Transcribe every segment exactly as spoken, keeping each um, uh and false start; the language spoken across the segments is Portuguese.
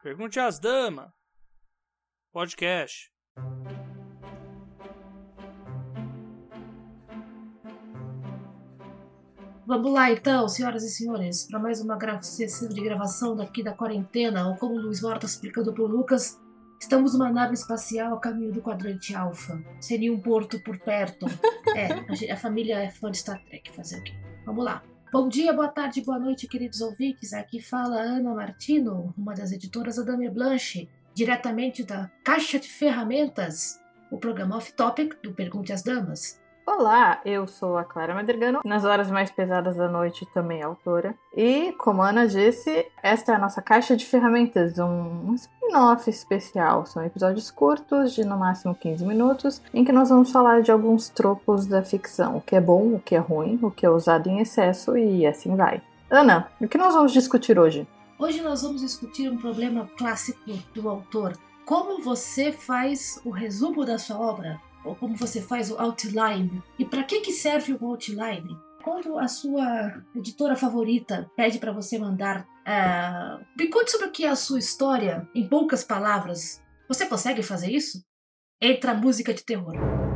Pergunte às damas. Podcast. Vamos lá então, senhoras e senhores, para mais uma gra- sessão de gravação daqui da quarentena, ou como o Luiz Mora está explicando para o Lucas, estamos numa nave espacial a caminho do quadrante alfa. Seria um porto por perto. É, a, ge- a família é fã de Star Trek, fazer o quê? Vamos lá. Bom dia, boa tarde, boa noite, queridos ouvintes. Aqui fala Ana Martino, uma das editoras da Dame Blanche, diretamente da Caixa de Ferramentas, o programa Off Topic do Pergunte às Damas. Olá, eu sou a Clara Madrigano, nas horas mais pesadas da noite também autora. E, como a Ana disse, esta é a nossa caixa de ferramentas, um spin-off especial. São episódios curtos, de no máximo quinze minutos, em que nós vamos falar de alguns tropos da ficção. O que é bom, o que é ruim, o que é usado em excesso e assim vai. Ana, o que nós vamos discutir hoje? Hoje nós vamos discutir um problema clássico do autor. Como você faz o resumo da sua obra? Ou como você faz o outline? E para que que serve o outline? Quando a sua editora favorita pede para você mandar... Uh, me conte sobre o que é a sua história, em poucas palavras. Você consegue fazer isso? Entra a música de terror.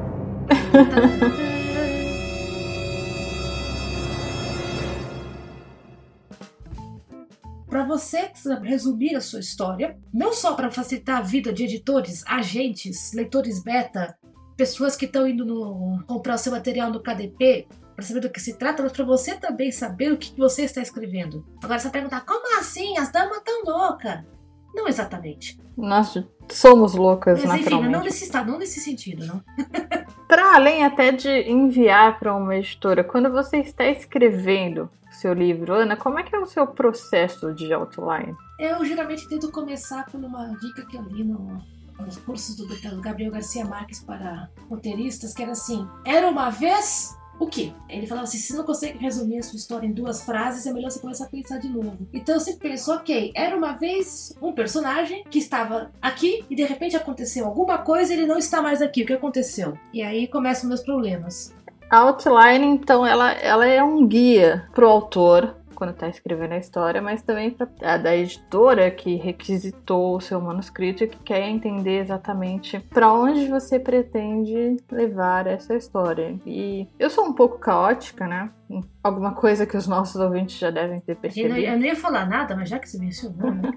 Para você resumir a sua história, não só para facilitar a vida de editores, agentes, leitores beta, pessoas que estão indo no, comprar o seu material no K D P, para saber do que se trata, mas para você também saber o que você está escrevendo. Agora você vai perguntar, como assim? As damas estão loucas? Não exatamente. Nós somos loucas, mas, enfim, naturalmente. não nesse, não nesse sentido, não. Para além até de enviar para uma editora, quando você está escrevendo seu livro, Ana, como é que é o seu processo de outline? Eu geralmente tento começar por uma dica que eu li no, nos cursos do Gabriel Garcia Marques para roteiristas, que era assim, era uma vez... O quê? Ele falava assim, se não consegue resumir a sua história em duas frases, é melhor você começar a pensar de novo. Então eu sempre penso, ok, era uma vez um personagem que estava aqui e de repente aconteceu alguma coisa e ele não está mais aqui. O que aconteceu? E aí começam meus problemas. A outline, então, ela, ela é um guia pro autor quando está escrevendo a história, mas também para da editora que requisitou o seu manuscrito e que quer entender exatamente para onde você pretende levar essa história. E eu sou um pouco caótica, né? Alguma coisa que os nossos ouvintes já devem ter percebido. Eu não ia falar nada, mas já que você mencionou, né?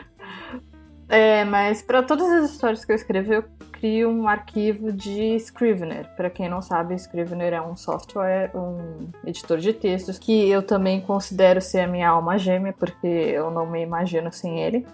É, mas para todas as histórias que eu escrevi, eu crio um arquivo de Scrivener. Para quem não sabe, Scrivener é um software, um editor de textos, que eu também considero ser a minha alma gêmea, porque eu não me imagino sem ele.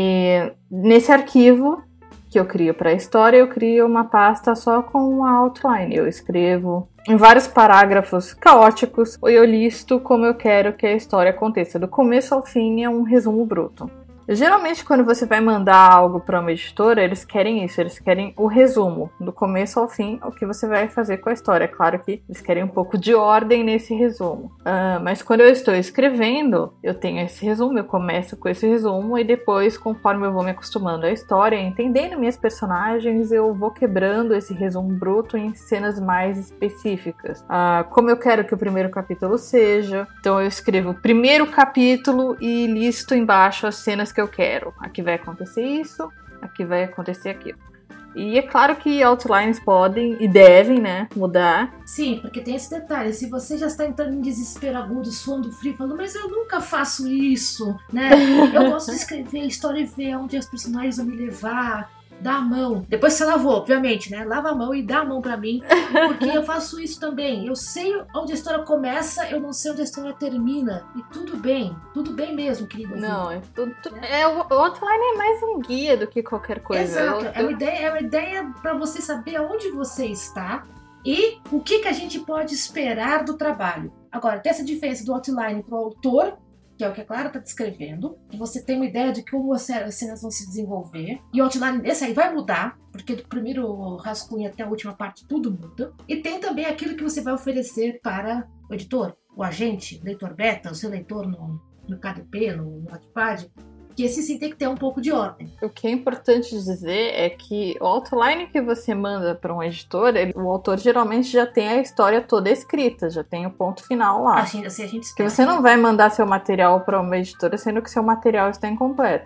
E nesse arquivo que eu crio para a história, eu crio uma pasta só com a outline. Eu escrevo em vários parágrafos caóticos, e eu listo como eu quero que a história aconteça. Do começo ao fim é um resumo bruto. Geralmente, quando você vai mandar algo para uma editora, eles querem isso, eles querem o resumo, do começo ao fim, o que você vai fazer com a história. É claro que eles querem um pouco de ordem nesse resumo. Uh, mas quando eu estou escrevendo, eu tenho esse resumo, eu começo com esse resumo e depois, conforme eu vou me acostumando à história, entendendo minhas personagens, eu vou quebrando esse resumo bruto em cenas mais específicas. Uh, como eu quero que o primeiro capítulo seja, então eu escrevo o primeiro capítulo e listo embaixo as cenas que eu quero. Aqui vai acontecer isso, aqui vai acontecer aquilo. E é claro que outlines podem e devem, né, mudar. Sim, porque tem esse detalhe. Se você já está entrando em desespero agudo, suando frio, falando, mas eu nunca faço isso, né? Eu gosto de escrever a história e ver onde os personagens vão me levar. Dá a mão. Depois você lavou, obviamente, né? Lava a mão e dá a mão pra mim, porque eu faço isso também. Eu sei onde a história começa, eu não sei onde a história termina. E tudo bem, tudo bem mesmo, querido. Não, é tudo, tudo, é, o outline é mais um guia do que qualquer coisa. Exato, eu, é, uma ideia, é uma ideia pra você saber aonde você está e o que, que a gente pode esperar do trabalho. Agora, tem essa diferença do outline pro autor, que é o que a Clara está descrevendo, que você tem uma ideia de como as cenas vão se desenvolver, e o outline desse aí vai mudar, porque do primeiro rascunho até a última parte tudo muda, e tem também aquilo que você vai oferecer para o editor, o agente, o leitor beta, o seu leitor no, no K D P, no Notepad, que esse sim tem que ter um pouco de ordem. O que é importante dizer é que o outline que você manda para um editor, ele, o autor geralmente já tem a história toda escrita, já tem o ponto final lá. Assim, assim a gente espera. Que você não vai mandar seu material para uma editora sendo que seu material está incompleto.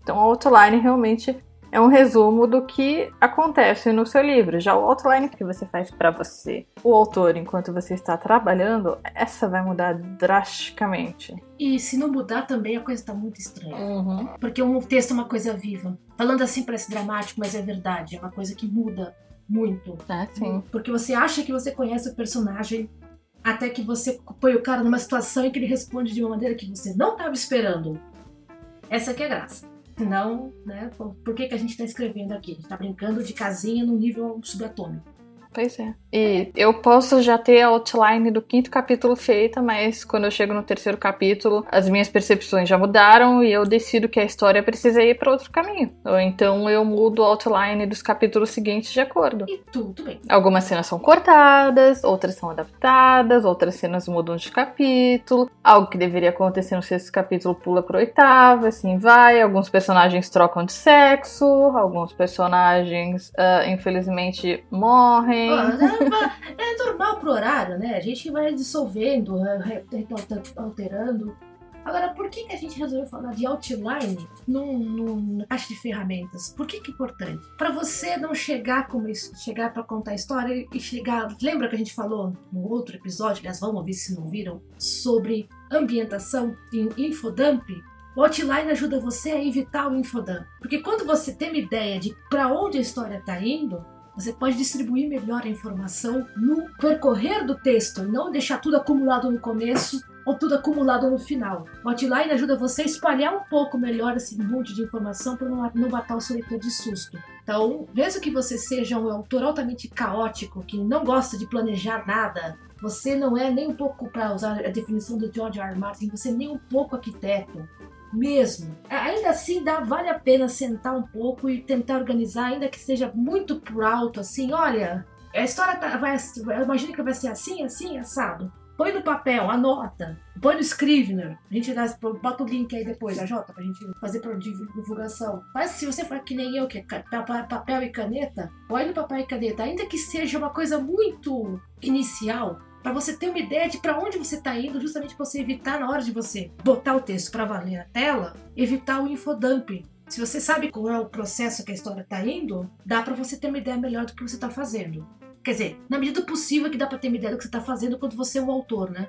Então, o outline realmente é um resumo do que acontece no seu livro. Já o outline que você faz para você, o autor, enquanto você está trabalhando, essa vai mudar drasticamente. E se não mudar também, a coisa está muito estranha. Uhum. Porque um texto é uma coisa viva. Falando assim parece dramático, mas é verdade. É uma coisa que muda muito. É, sim. Porque você acha que você conhece o personagem até que você põe o cara numa situação em que ele responde de uma maneira que você não estava esperando. Essa que é a graça. Senão, né, por que, que a gente está escrevendo aqui? A gente está brincando de casinha no nível subatômico. Pois é. E eu posso já ter a outline do quinto capítulo feita, mas quando eu chego no terceiro capítulo, as minhas percepções já mudaram e eu decido que a história precisa ir para outro caminho. Ou então eu mudo a outline dos capítulos seguintes de acordo. E tudo bem. Algumas cenas são cortadas, outras são adaptadas, outras cenas mudam de capítulo. Algo que deveria acontecer no sexto capítulo pula pro oitavo, assim vai. Alguns personagens trocam de sexo, alguns personagens, uh, infelizmente, morrem. É normal pro horário, né? A gente vai dissolvendo, alterando. Agora, por que, que a gente resolveu falar de outline num, num, na caixa de ferramentas? Por que, que é importante? Para você não chegar como isso, chegar para contar a história e chegar... Lembra que a gente falou no outro episódio, aliás, vamos ouvir se não viram, sobre ambientação em infodump? O outline ajuda você a evitar o infodump. Porque quando você tem uma ideia de para onde a história está indo, você pode distribuir melhor a informação no percorrer do texto, não deixar tudo acumulado no começo ou tudo acumulado no final. O outline ajuda você a espalhar um pouco melhor esse monte de informação para não, não matar o seu leitor de susto. Então, mesmo que você seja um autor altamente caótico, que não gosta de planejar nada, você não é nem um pouco, para usar a definição do George R. R. Martin, você é nem um pouco arquiteto. Mesmo. Ainda assim, dá, vale a pena sentar um pouco e tentar organizar, ainda que seja muito por alto, assim, olha, a história tá, vai, imagina que vai ser assim, assim, assado. Põe no papel, anota, põe no Scrivener, a gente dá, bota o link aí depois, a Jota, pra gente fazer pra divulgação. Mas se você for que nem eu, que é papel e caneta, põe no papel e caneta, ainda que seja uma coisa muito inicial, para você ter uma ideia de para onde você está indo, justamente para você evitar, na hora de você botar o texto para valer na tela, evitar o infodump. Se você sabe qual é o processo que a história está indo, dá para você ter uma ideia melhor do que você está fazendo. Quer dizer, na medida do possível que dá para ter uma ideia do que você está fazendo quando você é um autor, né?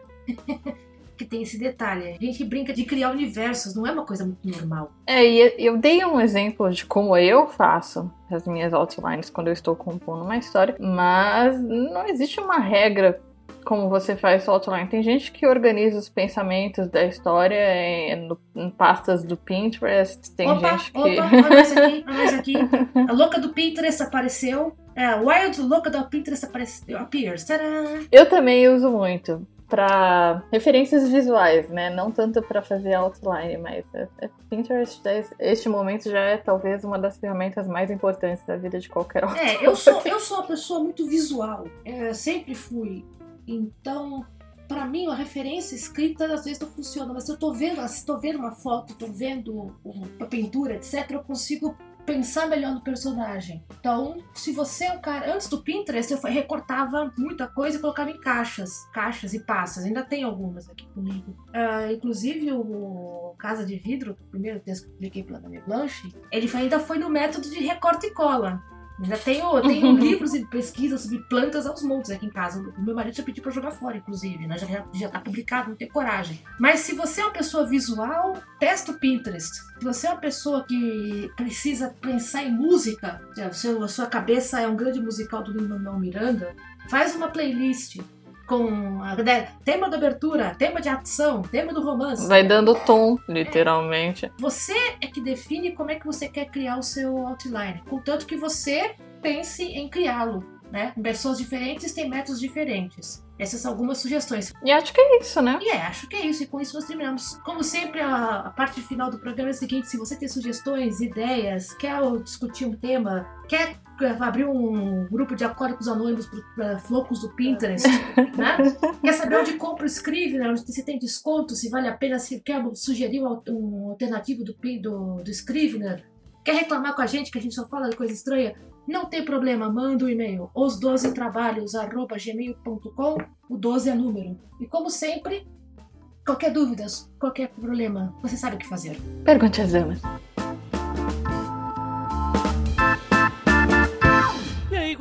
Que tem esse detalhe. A gente brinca de criar universos, não é uma coisa muito normal. É, e eu dei um exemplo de como eu faço as minhas outlines quando eu estou compondo uma história, mas não existe uma regra como você faz o outline. Tem gente que organiza os pensamentos da história em, no, em pastas do Pinterest. Tem opa, gente que... Opa, olha isso aqui, olha isso aqui. A louca do Pinterest apareceu. É, a Wild louca do Pinterest apareceu. Appears. Tcharam. Eu também uso muito para referências visuais, né? Não tanto para fazer outline, mas é, é Pinterest, este momento já é talvez uma das ferramentas mais importantes da vida de qualquer autor. É, eu sou, eu sou uma pessoa muito visual. É, sempre fui. Então, pra mim, a referência escrita às vezes não funciona, mas se eu tô vendo, se tô vendo uma foto, tô vendo uma pintura, etcétera, eu consigo pensar melhor no personagem. Então, se você é um cara... Antes do Pinterest, eu recortava muita coisa e colocava em caixas, caixas e pastas. Ainda tem algumas aqui comigo. Uh, inclusive, o Casa de Vidro, o primeiro texto que eu publiquei pela Dame Blanche, ele ainda foi no método de recorte e cola. Ainda tenho, tenho livros e pesquisas sobre plantas aos montes aqui em casa. O meu marido já pediu pra jogar fora, inclusive, né? Já, já tá publicado, não tem coragem. Mas se você é uma pessoa visual, testa o Pinterest. Se você é uma pessoa que precisa pensar em música, a sua cabeça é um grande musical do Lin-Manuel Miranda, faz uma playlist com a, né, tema da abertura, tema de ação, tema do romance. Vai dando tom, literalmente. É. Você é que define como é que você quer criar o seu outline, contanto que você pense em criá-lo, né? Pessoas diferentes têm métodos diferentes. Essas são algumas sugestões. E acho que é isso, né? E é, acho que é isso. E com isso nós terminamos. Como sempre, a, a parte final do programa é a seguinte: se você tem sugestões, ideias, quer discutir um tema, quer abrir um grupo de alcoólicos anônimos para flocos do Pinterest, né? Quer saber onde compra o Scrivener, se tem desconto, se vale a pena, se quer sugerir um, um alternativo do, do, do Scrivener, quer reclamar com a gente que a gente só fala de coisa estranha, não tem problema, manda um e-mail, os doze trabalhos arroba gmail ponto com, o doze é número. E como sempre, qualquer dúvida, qualquer problema, você sabe o que fazer. Pergunte às damas.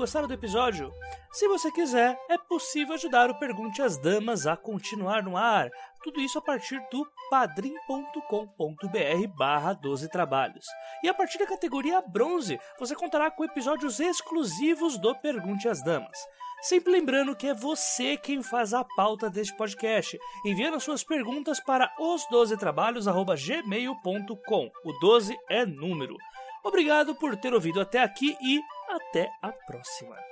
gostaram do episódio? Se você quiser, é possível ajudar o Pergunte às Damas a continuar no ar. Tudo isso a partir do padrim ponto com ponto br barra doze trabalhos. E a partir da categoria bronze, você contará com episódios exclusivos do Pergunte às Damas. Sempre lembrando que é você quem faz a pauta deste podcast, enviando suas perguntas para os doze trabalhos arroba gmail ponto com. O doze é número. Obrigado por ter ouvido até aqui e até a próxima.